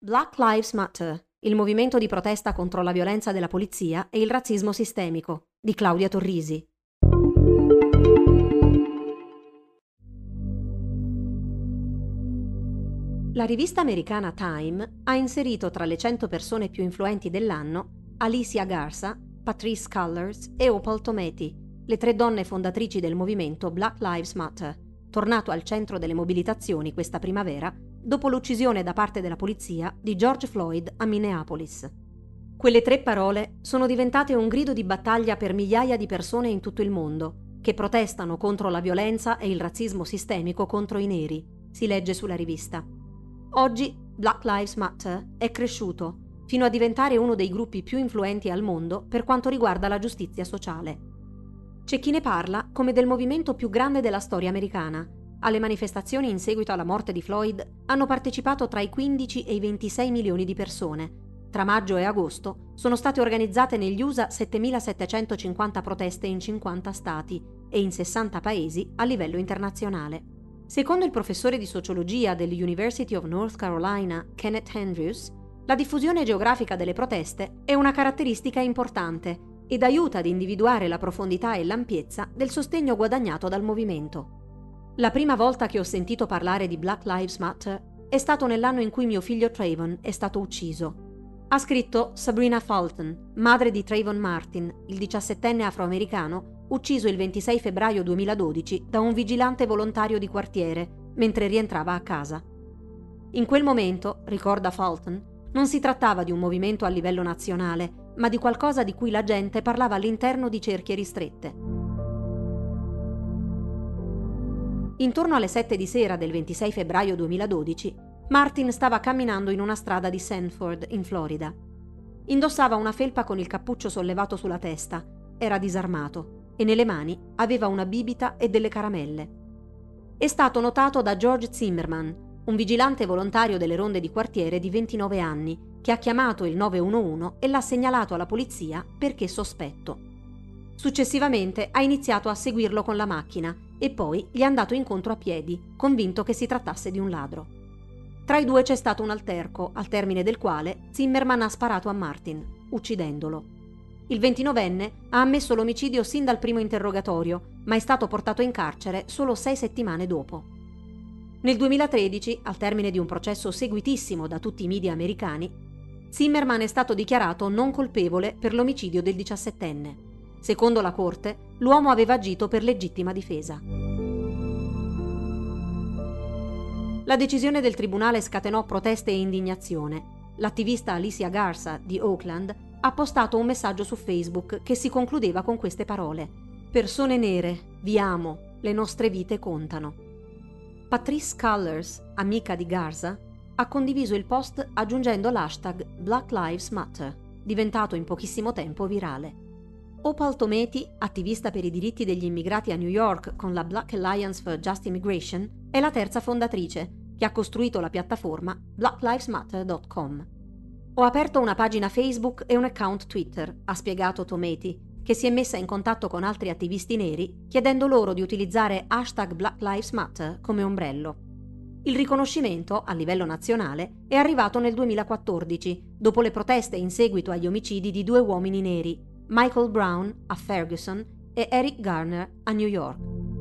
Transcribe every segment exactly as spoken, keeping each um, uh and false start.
Black Lives Matter, il movimento di protesta contro la violenza della polizia e il razzismo sistemico, di Claudia Torrisi. La rivista americana Time ha inserito tra le cento persone più influenti dell'anno Alicia Garza, Patrisse Cullors e Opal Tometi, le tre donne fondatrici del movimento Black Lives Matter, tornato al centro delle mobilitazioni questa primavera dopo l'uccisione da parte della polizia di George Floyd a Minneapolis. Quelle tre parole sono diventate un grido di battaglia per migliaia di persone in tutto il mondo che protestano contro la violenza e il razzismo sistemico contro i neri, si legge sulla rivista. Oggi Black Lives Matter è cresciuto fino a diventare uno dei gruppi più influenti al mondo per quanto riguarda la giustizia sociale. C'è chi ne parla come del movimento più grande della storia americana. Alle manifestazioni in seguito alla morte di Floyd hanno partecipato tra i quindici e i ventisei milioni di persone. Tra maggio e agosto sono state organizzate negli U S A settemilasettecentocinquanta proteste in cinquanta stati e in sessanta paesi a livello internazionale. Secondo il professore di sociologia dell'University of North Carolina, Kenneth Andrews, la diffusione geografica delle proteste è una caratteristica importante ed aiuta ad individuare la profondità e l'ampiezza del sostegno guadagnato dal movimento. La prima volta che ho sentito parlare di Black Lives Matter è stato nell'anno in cui mio figlio Trayvon è stato ucciso. Ha scritto Sabrina Fulton, madre di Trayvon Martin, il diciassettenne afroamericano, ucciso il ventisei febbraio duemiladodici da un vigilante volontario di quartiere mentre rientrava a casa. In quel momento, ricorda Fulton, non si trattava di un movimento a livello nazionale, ma di qualcosa di cui la gente parlava all'interno di cerchie ristrette. Intorno alle sette di sera del ventisei febbraio duemiladodici, Martin stava camminando in una strada di Sanford, in Florida. Indossava una felpa con il cappuccio sollevato sulla testa, era disarmato e nelle mani aveva una bibita e delle caramelle. È stato notato da George Zimmerman, un vigilante volontario delle ronde di quartiere di ventinove anni, che ha chiamato il nove uno uno e l'ha segnalato alla polizia perché sospetto. Successivamente ha iniziato a seguirlo con la macchina e poi gli è andato incontro a piedi, convinto che si trattasse di un ladro. Tra i due c'è stato un alterco, al termine del quale Zimmerman ha sparato a Martin, uccidendolo. Il ventinovenne ha ammesso l'omicidio sin dal primo interrogatorio, ma è stato portato in carcere solo sei settimane dopo. Nel duemilatredici, al termine di un processo seguitissimo da tutti i media americani, Zimmerman è stato dichiarato non colpevole per l'omicidio del diciassettenne. Secondo la Corte, l'uomo aveva agito per legittima difesa. La decisione del tribunale scatenò proteste e indignazione. L'attivista Alicia Garza di Oakland ha postato un messaggio su Facebook che si concludeva con queste parole: "Persone nere, vi amo, le nostre vite contano". Patrisse Cullors, amica di Garza, ha condiviso il post aggiungendo l'hashtag Black Lives Matter, diventato in pochissimo tempo virale. Opal Tometi, attivista per i diritti degli immigrati a New York con la Black Alliance for Just Immigration, è la terza fondatrice, che ha costruito la piattaforma black lives matter dot com. Ho aperto una pagina Facebook e un account Twitter, ha spiegato Tometi, che si è messa in contatto con altri attivisti neri chiedendo loro di utilizzare hashtag Black Lives Matter come ombrello. Il riconoscimento, a livello nazionale, è arrivato nel duemilaquattordici, dopo le proteste in seguito agli omicidi di due uomini neri, Michael Brown a Ferguson e Eric Garner a New York.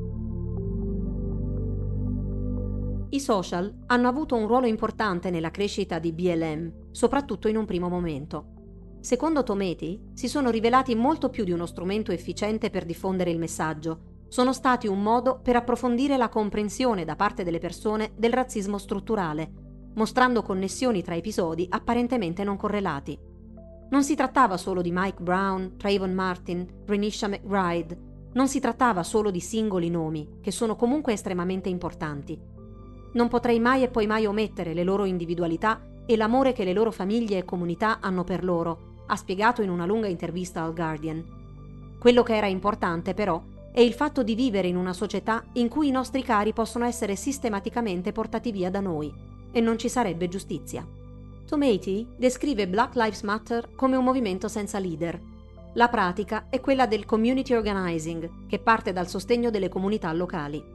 I social hanno avuto un ruolo importante nella crescita di B L M, soprattutto in un primo momento. Secondo Tometi, si sono rivelati molto più di uno strumento efficiente per diffondere il messaggio, sono stati un modo per approfondire la comprensione da parte delle persone del razzismo strutturale, mostrando connessioni tra episodi apparentemente non correlati. Non si trattava solo di Mike Brown, Trayvon Martin, Renisha McBride, non si trattava solo di singoli nomi, che sono comunque estremamente importanti. Non potrei mai e poi mai omettere le loro individualità e l'amore che le loro famiglie e comunità hanno per loro, ha spiegato in una lunga intervista al Guardian. Quello che era importante, però, è il fatto di vivere in una società in cui i nostri cari possono essere sistematicamente portati via da noi, e non ci sarebbe giustizia. Tometi descrive Black Lives Matter come un movimento senza leader. La pratica è quella del community organizing, che parte dal sostegno delle comunità locali.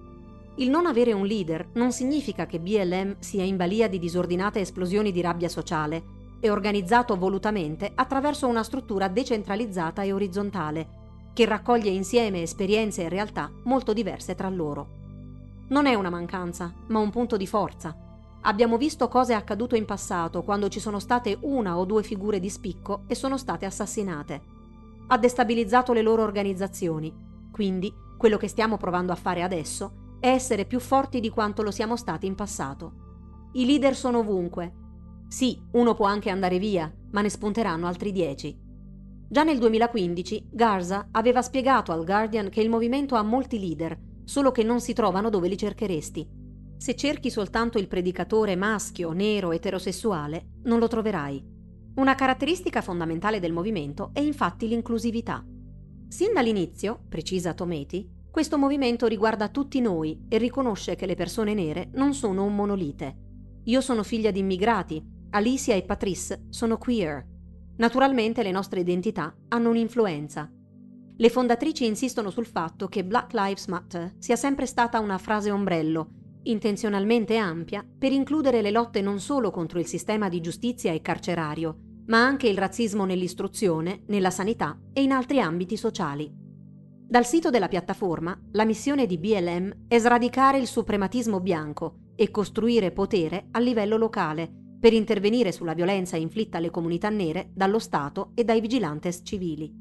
Il non avere un leader non significa che B L M sia in balia di disordinate esplosioni di rabbia sociale. È organizzato volutamente attraverso una struttura decentralizzata e orizzontale, che raccoglie insieme esperienze e realtà molto diverse tra loro. Non è una mancanza, ma un punto di forza. Abbiamo visto cosa è accaduto in passato quando ci sono state una o due figure di spicco e sono state assassinate. Ha destabilizzato le loro organizzazioni. Quindi, quello che stiamo provando a fare adesso è essere più forti di quanto lo siamo stati in passato. I leader sono ovunque. Sì, uno può anche andare via, ma ne spunteranno altri dieci. Già nel duemilaquindici Garza aveva spiegato al Guardian che il movimento ha molti leader, solo che non si trovano dove li cercheresti. Se cerchi soltanto il predicatore maschio, nero, eterosessuale, non lo troverai. Una caratteristica fondamentale del movimento è infatti l'inclusività. Sin dall'inizio, precisa Tometi, questo movimento riguarda tutti noi e riconosce che le persone nere non sono un monolite. Io sono figlia di immigrati, Alicia e Patrice sono queer. Naturalmente le nostre identità hanno un'influenza. Le fondatrici insistono sul fatto che Black Lives Matter sia sempre stata una frase ombrello, intenzionalmente ampia, per includere le lotte non solo contro il sistema di giustizia e carcerario, ma anche il razzismo nell'istruzione, nella sanità e in altri ambiti sociali. Dal sito della piattaforma, la missione di B L M è sradicare il suprematismo bianco e costruire potere a livello locale per intervenire sulla violenza inflitta alle comunità nere dallo Stato e dai vigilantes civili.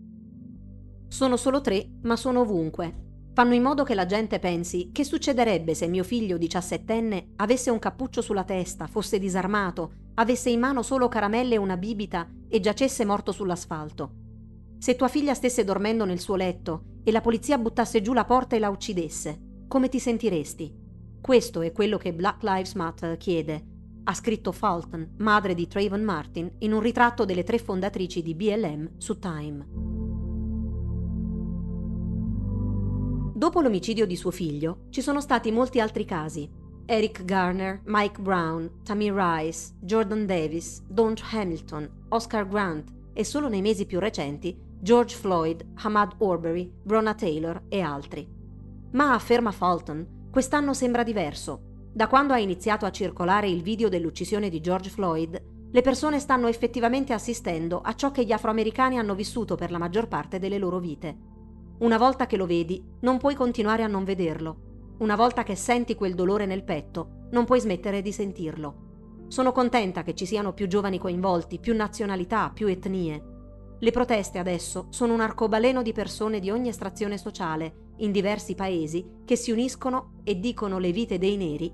Sono solo tre, ma sono ovunque. Fanno in modo che la gente pensi: che succederebbe se mio figlio diciassettenne avesse un cappuccio sulla testa, fosse disarmato, avesse in mano solo caramelle e una bibita e giacesse morto sull'asfalto? Se tua figlia stesse dormendo nel suo letto e la polizia buttasse giù la porta e la uccidesse, come ti sentiresti? Questo è quello che Black Lives Matter chiede, ha scritto Fulton, madre di Trayvon Martin, in un ritratto delle tre fondatrici di B L M su Time. Dopo l'omicidio di suo figlio, ci sono stati molti altri casi. Eric Garner, Mike Brown, Tamir Rice, Jordan Davis, Daunt Hamilton, Oscar Grant e solo nei mesi più recenti George Floyd, Ahmaud Arbery, Breonna Taylor e altri. Ma, afferma Fulton, quest'anno sembra diverso. Da quando ha iniziato a circolare il video dell'uccisione di George Floyd, le persone stanno effettivamente assistendo a ciò che gli afroamericani hanno vissuto per la maggior parte delle loro vite. Una volta che lo vedi, non puoi continuare a non vederlo. Una volta che senti quel dolore nel petto, non puoi smettere di sentirlo. Sono contenta che ci siano più giovani coinvolti, più nazionalità, più etnie. Le proteste adesso sono un arcobaleno di persone di ogni estrazione sociale, in diversi paesi, che si uniscono e dicono: le vite dei neri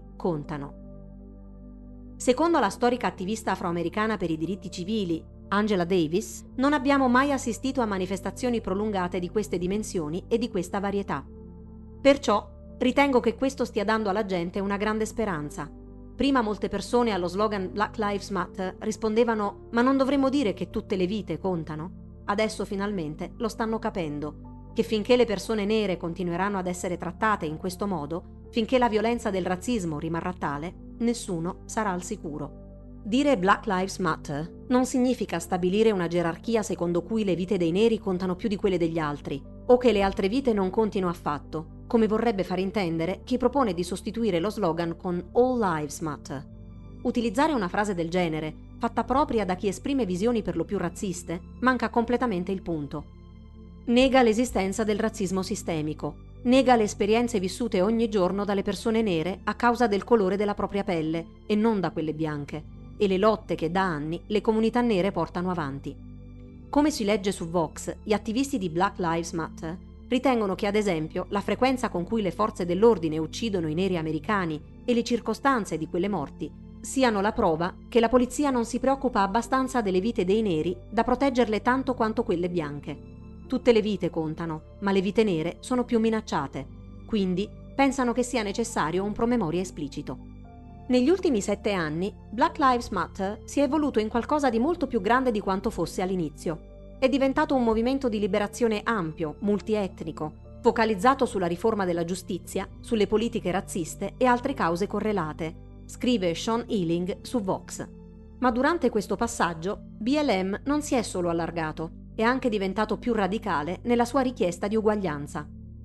contano. Secondo la storica attivista afroamericana per i diritti civili, Angela Davis, non abbiamo mai assistito a manifestazioni prolungate di queste dimensioni e di questa varietà. Perciò ritengo che questo stia dando alla gente una grande speranza. Prima molte persone allo slogan Black Lives Matter rispondevano: ma non dovremmo dire che tutte le vite contano? Adesso finalmente lo stanno capendo, che finché le persone nere continueranno ad essere trattate in questo modo, finché la violenza del razzismo rimarrà tale, nessuno sarà al sicuro. Dire Black Lives Matter non significa stabilire una gerarchia secondo cui le vite dei neri contano più di quelle degli altri, o che le altre vite non contino affatto, come vorrebbe far intendere chi propone di sostituire lo slogan con All Lives Matter. Utilizzare una frase del genere, fatta propria da chi esprime visioni per lo più razziste, manca completamente il punto. Nega l'esistenza del razzismo sistemico, nega le esperienze vissute ogni giorno dalle persone nere a causa del colore della propria pelle e non da quelle bianche, e le lotte che da anni le comunità nere portano avanti. Come si legge su Vox, gli attivisti di Black Lives Matter ritengono che, ad esempio, la frequenza con cui le forze dell'ordine uccidono i neri americani e le circostanze di quelle morti siano la prova che la polizia non si preoccupa abbastanza delle vite dei neri da proteggerle tanto quanto quelle bianche. Tutte le vite contano, ma le vite nere sono più minacciate. Quindi pensano che sia necessario un promemoria esplicito. Negli ultimi sette anni, Black Lives Matter si è evoluto in qualcosa di molto più grande di quanto fosse all'inizio. È diventato un movimento di liberazione ampio, multietnico, focalizzato sulla riforma della giustizia, sulle politiche razziste e altre cause correlate, scrive Sean Ealing su Vox. Ma durante questo passaggio, B L M non si è solo allargato, è anche diventato più radicale nella sua richiesta di uguaglianza.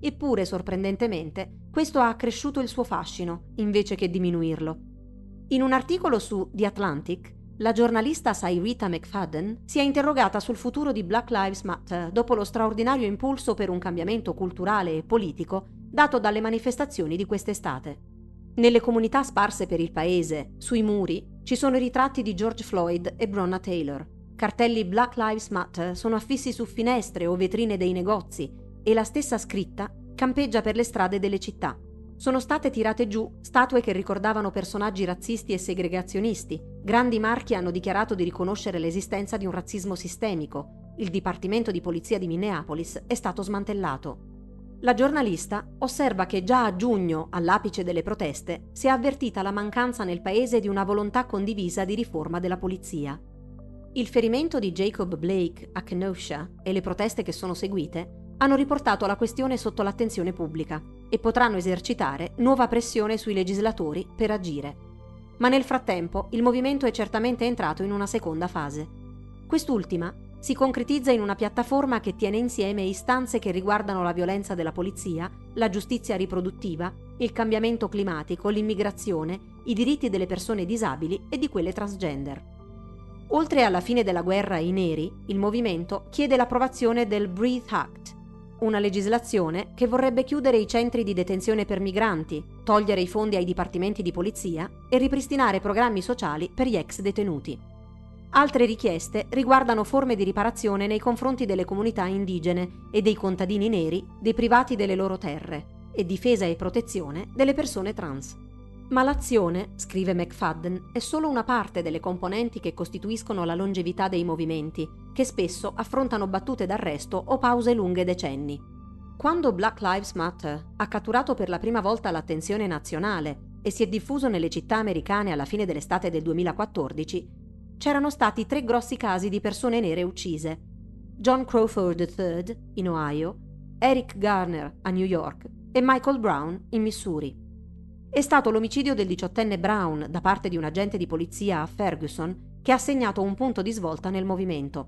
eppure, sorprendentemente, questo ha accresciuto il suo fascino, invece che diminuirlo. In un articolo su The Atlantic, la giornalista Cyrita McFadden si è interrogata sul futuro di Black Lives Matter dopo lo straordinario impulso per un cambiamento culturale e politico dato dalle manifestazioni di quest'estate. Nelle comunità sparse per il paese, sui muri, ci sono i ritratti di George Floyd e Breonna Taylor. Cartelli Black Lives Matter sono affissi su finestre o vetrine dei negozi e la stessa scritta campeggia per le strade delle città. Sono state tirate giù statue che ricordavano personaggi razzisti e segregazionisti. Grandi marchi hanno dichiarato di riconoscere l'esistenza di un razzismo sistemico. Il Dipartimento di Polizia di Minneapolis è stato smantellato. La giornalista osserva che già a giugno, all'apice delle proteste, si è avvertita la mancanza nel paese di una volontà condivisa di riforma della polizia. Il ferimento di Jacob Blake a Kenosha e le proteste che sono seguite hanno riportato la questione sotto l'attenzione pubblica e potranno esercitare nuova pressione sui legislatori per agire. Ma nel frattempo il movimento è certamente entrato in una seconda fase. Quest'ultima si concretizza in una piattaforma che tiene insieme istanze che riguardano la violenza della polizia, la giustizia riproduttiva, il cambiamento climatico, l'immigrazione, i diritti delle persone disabili e di quelle transgender. Oltre alla fine della guerra ai neri, il movimento chiede l'approvazione del Breathe Act, una legislazione che vorrebbe chiudere i centri di detenzione per migranti, togliere i fondi ai dipartimenti di polizia e ripristinare programmi sociali per gli ex detenuti. Altre richieste riguardano forme di riparazione nei confronti delle comunità indigene e dei contadini neri deprivati delle loro terre e difesa e protezione delle persone trans. Ma l'azione, scrive McFadden, è solo una parte delle componenti che costituiscono la longevità dei movimenti, che spesso affrontano battute d'arresto o pause lunghe decenni. Quando Black Lives Matter ha catturato per la prima volta l'attenzione nazionale e si è diffuso nelle città americane alla fine dell'estate del duemilaquattordici, c'erano stati tre grossi casi di persone nere uccise: John Crawford terzo in Ohio, Eric Garner a New York e Michael Brown in Missouri. È stato l'omicidio del diciottenne Brown da parte di un agente di polizia a Ferguson che ha segnato un punto di svolta nel movimento.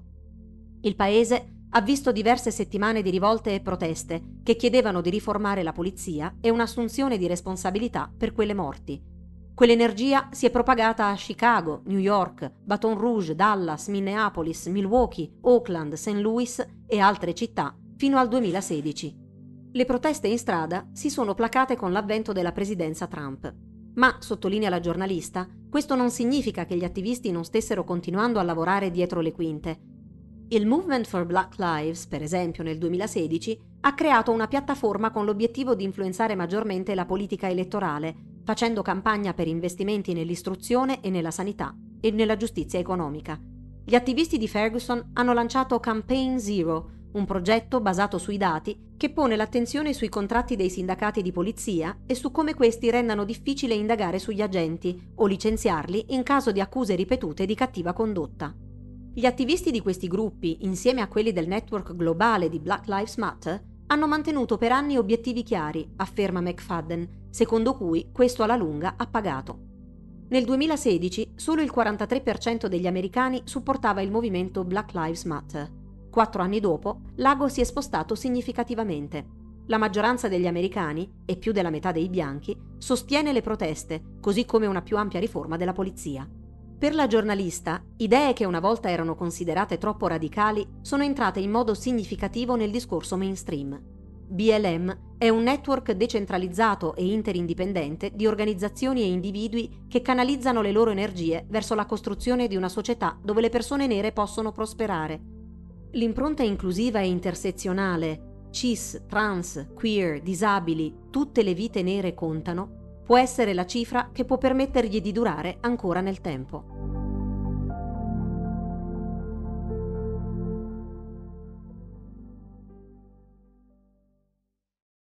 Il paese ha visto diverse settimane di rivolte e proteste che chiedevano di riformare la polizia e un'assunzione di responsabilità per quelle morti. Quell'energia si è propagata a Chicago, New York, Baton Rouge, Dallas, Minneapolis, Milwaukee, Oakland, Saint Louis e altre città fino al duemilasedici. Le proteste in strada si sono placate con l'avvento della presidenza Trump. Ma, sottolinea la giornalista, questo non significa che gli attivisti non stessero continuando a lavorare dietro le quinte. Il Movement for Black Lives, per esempio, nel duemilasedici, ha creato una piattaforma con l'obiettivo di influenzare maggiormente la politica elettorale, facendo campagna per investimenti nell'istruzione e nella sanità e nella giustizia economica. Gli attivisti di Ferguson hanno lanciato Campaign Zero, un progetto basato sui dati che pone l'attenzione sui contratti dei sindacati di polizia e su come questi rendano difficile indagare sugli agenti o licenziarli in caso di accuse ripetute di cattiva condotta. Gli attivisti di questi gruppi, insieme a quelli del network globale di Black Lives Matter, hanno mantenuto per anni obiettivi chiari, afferma McFadden, secondo cui questo alla lunga ha pagato. Nel duemilasedici solo il quarantatré per cento degli americani supportava il movimento Black Lives Matter. Quattro anni dopo, l'ago si è spostato significativamente. La maggioranza degli americani, e più della metà dei bianchi, sostiene le proteste, così come una più ampia riforma della polizia. Per la giornalista, idee che una volta erano considerate troppo radicali sono entrate in modo significativo nel discorso mainstream. B L M è un network decentralizzato e interindipendente di organizzazioni e individui che canalizzano le loro energie verso la costruzione di una società dove le persone nere possono prosperare. L'impronta inclusiva e intersezionale, cis, trans, queer, disabili, tutte le vite nere contano, può essere la cifra che può permettergli di durare ancora nel tempo.